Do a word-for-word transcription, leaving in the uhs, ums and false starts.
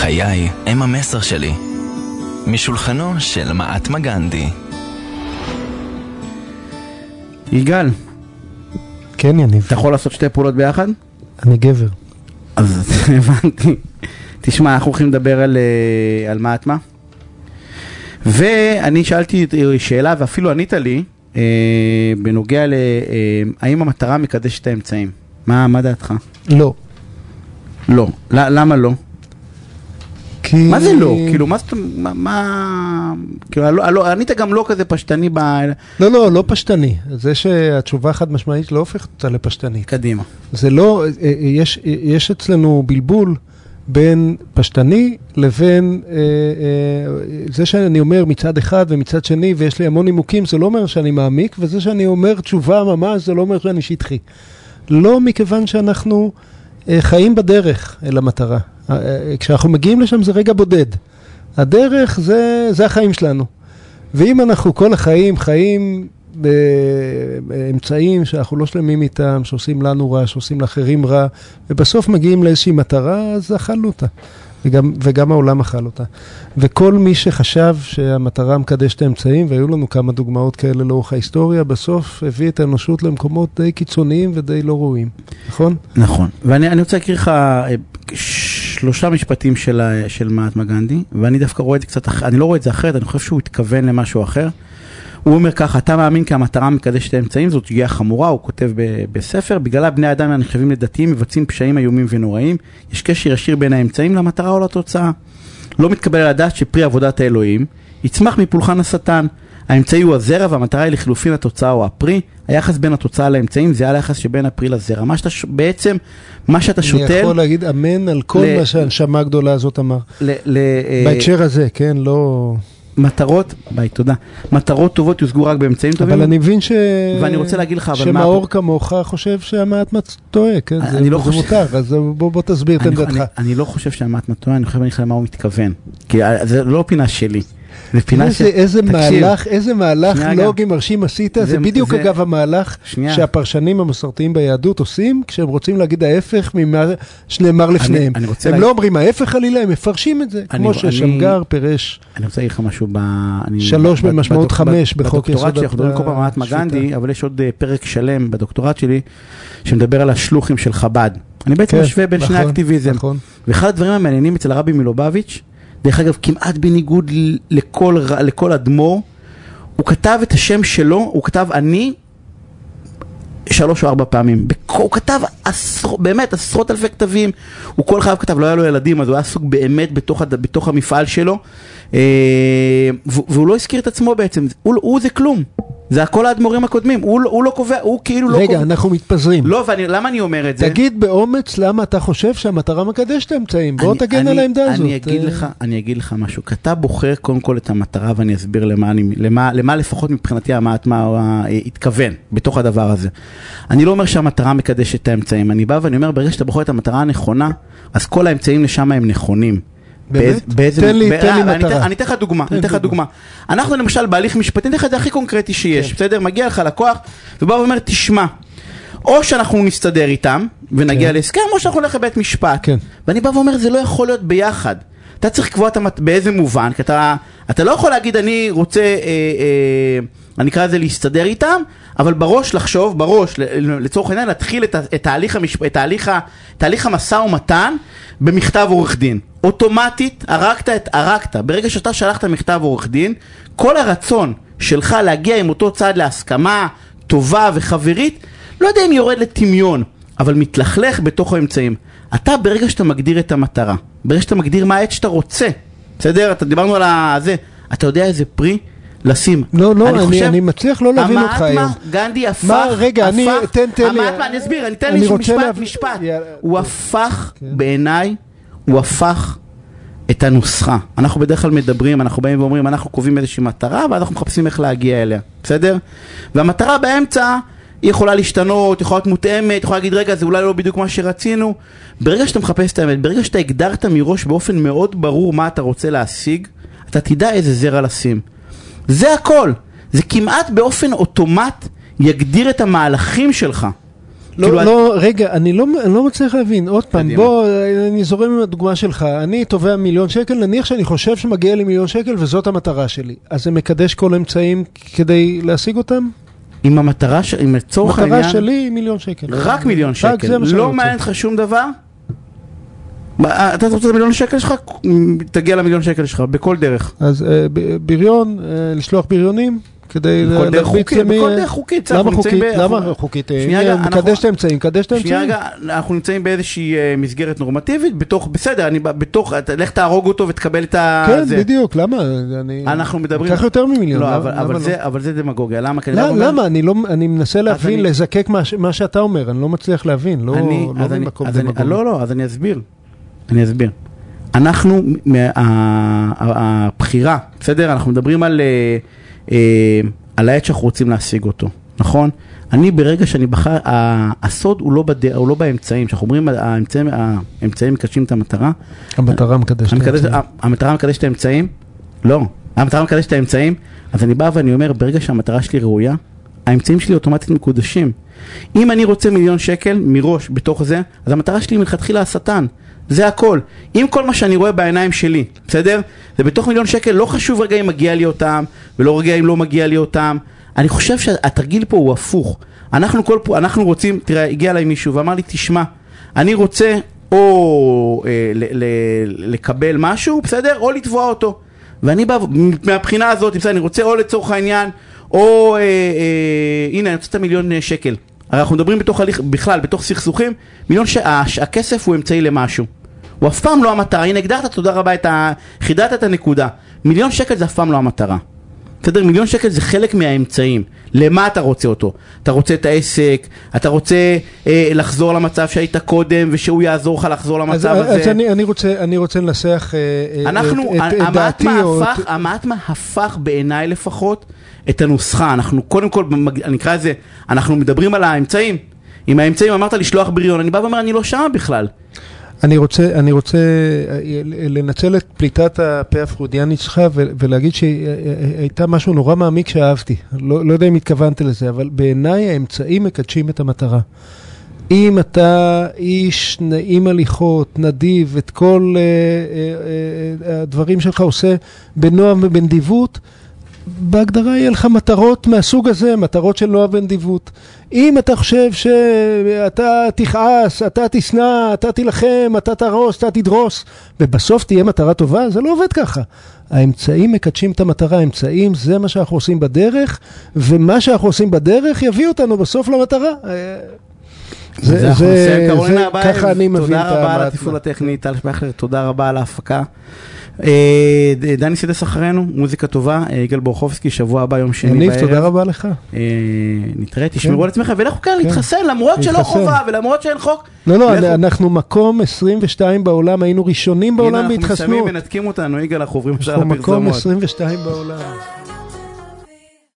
חיי הם המסר שלי. משולחנו של מהטמה גנדי. יגאל. כן, יניב. אתה יכול לעשות שתי פעולות ביחד? אני גבר. אז הבנתי. תשמע, אנחנו הולכים לדבר על, על מהטמה. ואני שאלתי שאלה, ואפילו ענית לי, אה, בנוגע ל... אה, האם המטרה מקדשת את האמצעים? מה, מה דעתך? לא. לא. למה לא? כי... מה זה לא? כאילו, מה... מה, מה... כאילו, לא, לא, ענית גם לא כזה פשטני ב... לא, לא, לא פשטני. זה שהתשובה חד משמעית לא הופכת אותה לפשטנית. קדימה. זה לא... יש, יש אצלנו בלבול בין פשטני לבין אה, אה, זה שאני אומר מצד אחד ומצד שני, ויש לי המון נימוקים, זה לא אומר שאני מעמיק, וזה שאני אומר תשובה ממש, זה לא אומר שאני שטחי. לא מכיוון שאנחנו אה, חיים בדרך אל המטרה. אה, אה, כשאנחנו מגיעים לשם זה רגע בודד. הדרך זה, זה החיים שלנו. ואם אנחנו כל החיים חיים באמצעים שאנחנו לא שלמים איתם, שעושים לנו רע, שעושים לאחרים רע, ובסוף מגיעים לאיזושהי מטרה, אז אכלנו אותה. וגם, וגם העולם אכל אותה. וכל מי שחשב שהמטרה מקדש את האמצעים, והיו לנו כמה דוגמאות כאלה לאורך ההיסטוריה, בסוף הביא את האנושות למקומות די קיצוניים ודי לא ראויים. נכון? נכון. ואני אני רוצה להכיר לך שלושה משפטים של, של מהטמה גנדי, ואני דווקא רואה את זה קצת אחרת, אני לא רואה את זה אחרת, אני חושב שהוא התכוון למשהו אחר. הוא אומר ככה, אתה מאמין כי המטרה מקדשת את האמצעים, זאת שגיאה חמורה, הוא כותב ב- בספר, בגלל בני האדם הנחשבים לדתיים, מבצעים פשעים איומים ונוראים, יש קשר ישיר בין האמצעים למטרה או לתוצאה. לא מתקבל על הדעת שפרי עבודת האלוהים, יצמח מפולחן השטן. האמצעי הוא הזרע והמטרה היא לחילופין התוצאה או הפרי. היחס בין התוצאה לאמצעים זה היחס שבין הפרי לזרע. מה שאתה, בעצם, מה שאתה שותל... אני יכול להגיד אמן על כל ל... מה שהנשמה הגדולה הזאת אמר. ל... ל... בהקשר הזה, כן, לא... מטרות, ביי, תודה. מטרות טובות יושגו רק באמצעים טובים. אבל אני מבין ש... ואני רוצה להגיד לך, אבל מה... שמאור כמוך חושב שהמהטמה טועה, כן? זה מותר, אז בוא תסביר את עמדתך. אני לא חושב שהמהטמה טועה, אני חושב שאני חושב למה הוא מתכוון. כי זה לא פינה שלי. איזה מהלך, איזה מהלך לוגי מרשים עשית, זה בדיוק אגב המהלך שהפרשנים המסורתיים ביהדות עושים, כשהם רוצים להגיד ההפך ממה שנאמר לפניהם. הם לא אומרים ההפך עלילה, הם מפרשים את זה, כמו ששמגר פירש. אני רוצה להגיד לך משהו ב... שלוש במשמעות חמש בחוק יסוד. בדוקטורט שלי, אנחנו מדברים כל פעם מהטמה גנדי, אבל יש עוד פרק שלם בדוקטורט שלי, שמדבר על השלוחים של חב"ד. אני בעצם משווה בין שני האקטיביזם. ואחד הדברים המעניינים אצל הרבי מלובביץ', דרך אגב, כמעט בניגוד לכל, לכל אדמו"ר, הוא כתב את השם שלו, הוא כתב אני שלוש או ארבע פעמים. הוא כתב עשר, באמת עשרות אלפי כתבים, הוא כל חייו כתב, לא היה לו ילדים, אז הוא היה סוג באמת בתוך, בתוך המפעל שלו, והוא לא הזכיר את עצמו בעצם, הוא, הוא זה כלום. זה הכל האדמו"רים הקודמים, הוא, הוא לא קובע, הוא כאילו לא רגע, קובע. רגע, אנחנו מתפזרים. לא, ואני, למה אני אומר את זה? תגיד באומץ למה אתה חושב שהמטרה מקדשת את האמצעים. בוא תגן אני, על העמדה אני הזאת. אגיד לך, אני אגיד לך משהו. אתה בוחר קודם כל את המטרה, ואני אסביר למה, אני, למה, למה לפחות מבחינתי המהטמה התכוון בתוך הדבר הזה. אני לא אומר שהמטרה מקדשת את האמצעים. אני בא ואני אומר, ברגע שאתה בוחר את המטרה הנכונה, אז כל האמצעים לשם הם נכונים. באמת? תן לי, תן לי מטרה. אני אתן לך דוגמה, אני אתן לך דוגמה. אנחנו למשל בהליך משפטי, אני אתן לך את זה הכי קונקרטי שיש, בסדר? מגיע לך לקוח, ובא ואומר, תשמע, או שאנחנו נסתדר איתם, ונגיע להסכם, או שאנחנו נלך לבית משפט. ואני בא ואומר, זה לא יכול להיות ביחד. אתה צריך לקבוע באיזה מובן, כי אתה לא יכול להגיד, אני רוצה, אני אקרא לזה להסתדר איתם, אבל בראש לחשוב, בראש, לצורך העניין, להתחיל את תהליך המשא ומתן במכתב עורך דין. אוטומטית, הרגת את, הרגת. ברגע שאתה שלחת מכתב עורך דין, כל הרצון שלך להגיע עם אותו צעד להסכמה טובה וחברית, לא יודע אם יורד לטמיון, אבל מתלכלך בתוך האמצעים. אתה ברגע שאתה מגדיר את המטרה, ברגע שאתה מגדיר מה העת שאתה רוצה, בסדר? אתה דיברנו על זה, אתה יודע איזה פרי לשים. לא, לא, אני, אני, אני מצליח לא להבין אותך היום. המהטמה גנדי הפך, מה, רגע, הפך, אני, תן, תן לי. המהטמה, אני אסביר, אני אתן לי משפט, להב... משפט. יאללה. הוא הפך, כן. בעיניי, הוא הפך את הנוסחה. אנחנו בדרך כלל מדברים, אנחנו באים ואומרים, אנחנו קובעים איזושהי מטרה, ואנחנו מחפשים איך להגיע אליה, בסדר? והמטרה באמצע, היא יכולה להשתנות, יכולה להיות מותאמת, יכולה להגיד, רגע, זה אולי לא בדיוק מה שרצינו. ברגע שאתה מחפש את האמת, ברגע שאתה הגדרת מראש באופן מאוד ברור מה אתה רוצה להשיג, אתה תדע איזה זרע לשים. זה הכל. זה כמעט באופן אוטומט יגדיר את המהלכים שלך. לא, לא, רגע, אני לא, אני לא מצליח להבין, עוד פעם, בוא, אני זורם עם הדוגמה שלך, אני תובע מיליון שקל, נניח שאני חושב שמגיע לי מיליון שקל, וזאת המטרה שלי. אז זה מקדש כל אמצעים כדי להשיג אותם? עם המטרה, עם הצורך העניין... המטרה שלי היא מיליון שקל. רק מיליון שקל. לא מעניין לך שום דבר? אתה רוצה את המיליון שקל שלך? תגיע למיליון שקל שלך, בכל דרך. אז בריון, לשלוח בריונים? כדי בכל דרך חוקית, בכל דרך חוקית. למה חוקית? למה חוקית? מקדש את האמצעים, מקדש את האמצעים. שנייה רגע, אנחנו נמצאים באיזושהי מסגרת נורמטיבית, בתוך, בסדר, אני בתוך, לך תהרוג אותו ותקבל את ה... כן, בדיוק, למה? אנחנו מדברים... כך יותר ממיליון. לא, אבל זה דמגוגיה, למה? למה? אני מנסה להבין, לזקק מה שאתה אומר, אני לא מצליח להבין, לא במקום דמגוגיה. לא, לא, אז אני אסביר. אני אסביר. אנחנו, הבחירה, בסדר? אנחנו מדברים על... על העת שאנחנו רוצים להשיג אותו, נכון? אני ברגע שאני בחר, הסוד הוא לא, בד... הוא לא באמצעים, שאנחנו אומרים, האמצעים, האמצעים מקדשים את המטרה. המטרה מקדשת את האמצעים. המטרה מקדשת את האמצעים? לא. המטרה מקדשת את האמצעים, אז אני בא ואני אומר, ברגע שהמטרה שלי ראויה, האמצעים שלי אוטומטית מקודשים. אם אני רוצה מיליון שקל מראש בתוך זה, אז המטרה שלי מלכתחילה השטן. זה הכל. אם כל מה שאני רואה בעיניים שלי, בסדר? זה בתוך מיליון שקל, לא חשוב רגע אם מגיע לי אותם, ולא רגע אם לא מגיע לי אותם. אני חושב שהתרגיל פה הוא הפוך. אנחנו כל פה, אנחנו רוצים, תראה, הגיע אליי מישהו ואמר לי, תשמע, אני רוצה או אה, ל- ל- לקבל משהו, בסדר? או לתבוע אותו. ואני בא, מהבחינה הזאת, בסדר, אני רוצה או לצורך העניין, או, אה, אה, הנה, אני רוצה את המיליון שקל. הרי אנחנו מדברים בתוך הליך, בכלל, בתוך סכסוכים, מיליון ש... הכסף הוא אמצעי למשהו. הוא אף פעם לא המטרה. הנה, הגדרת, תודה רבה, את ה... חידדת את הנקודה. מיליון שקל זה אף פעם לא המטרה. בסדר, מיליון שקל זה חלק מהאמצעים. למה אתה רוצה אותו? אתה רוצה את העסק, אתה רוצה אה, לחזור למצב שהיית קודם, ושהוא יעזור לך לחזור למצב אז, הזה. אז אני, אני רוצה, אני רוצה לנסח אה, אנחנו, את, את, את דעתי. הפך, המעטמה הפך בעיניי לפחות את הנוסחה. אנחנו קודם כל, אני אקרא את זה, אנחנו מדברים על האמצעים. עם האמצעים אמרת לשלוח בריון, אני בא ואומר, אני לא שם בכלל. אני רוצה, אני רוצה לנצל את פליטת הפה הפרודיאנית שלך ולהגיד שהייתה משהו נורא מעמיק שאהבתי. לא, לא יודע אם התכוונת לזה, אבל בעיניי האמצעים מקדשים את המטרה. אם אתה איש נעים הליכות, נדיב, את כל uh, uh, uh, הדברים שלך עושה בנועם ובנדיבות, בהגדרה יהיה לך מטרות מהסוג הזה, מטרות של נועם ונדיבות. אם אתה חושב שאתה תכעס, אתה תשנא, אתה תילחם, אתה תרוס, אתה תדרוס, ובסוף תהיה מטרה טובה, זה לא עובד ככה. האמצעים מקדשים את המטרה, האמצעים זה מה שאנחנו עושים בדרך, ומה שאנחנו עושים בדרך יביא אותנו בסוף למטרה. זה, זה, זה, ככה אני מבין את המטרה. תודה רבה על התפעול הטכני, טל שפייכלר, תודה רבה על ההפקה. דני סידס אחרינו, מוזיקה טובה, יגאל בורחובסקי, שבוע הבא יום שני בערב. תודה רבה לך. נתראה, תשמרו על עצמכם, ולכו כאן להתחסן, למרות שלא חובה ולמרות שאין חוק. לא, לא, אנחנו מקום עשרים ושתיים בעולם, היינו ראשונים בעולם בהתחסנות. הנה אנחנו מסיימים ונתקים אותנו, יגאל, אנחנו עוברים עכשיו לפרסומות. אנחנו מקום עשרים ושתיים בעולם.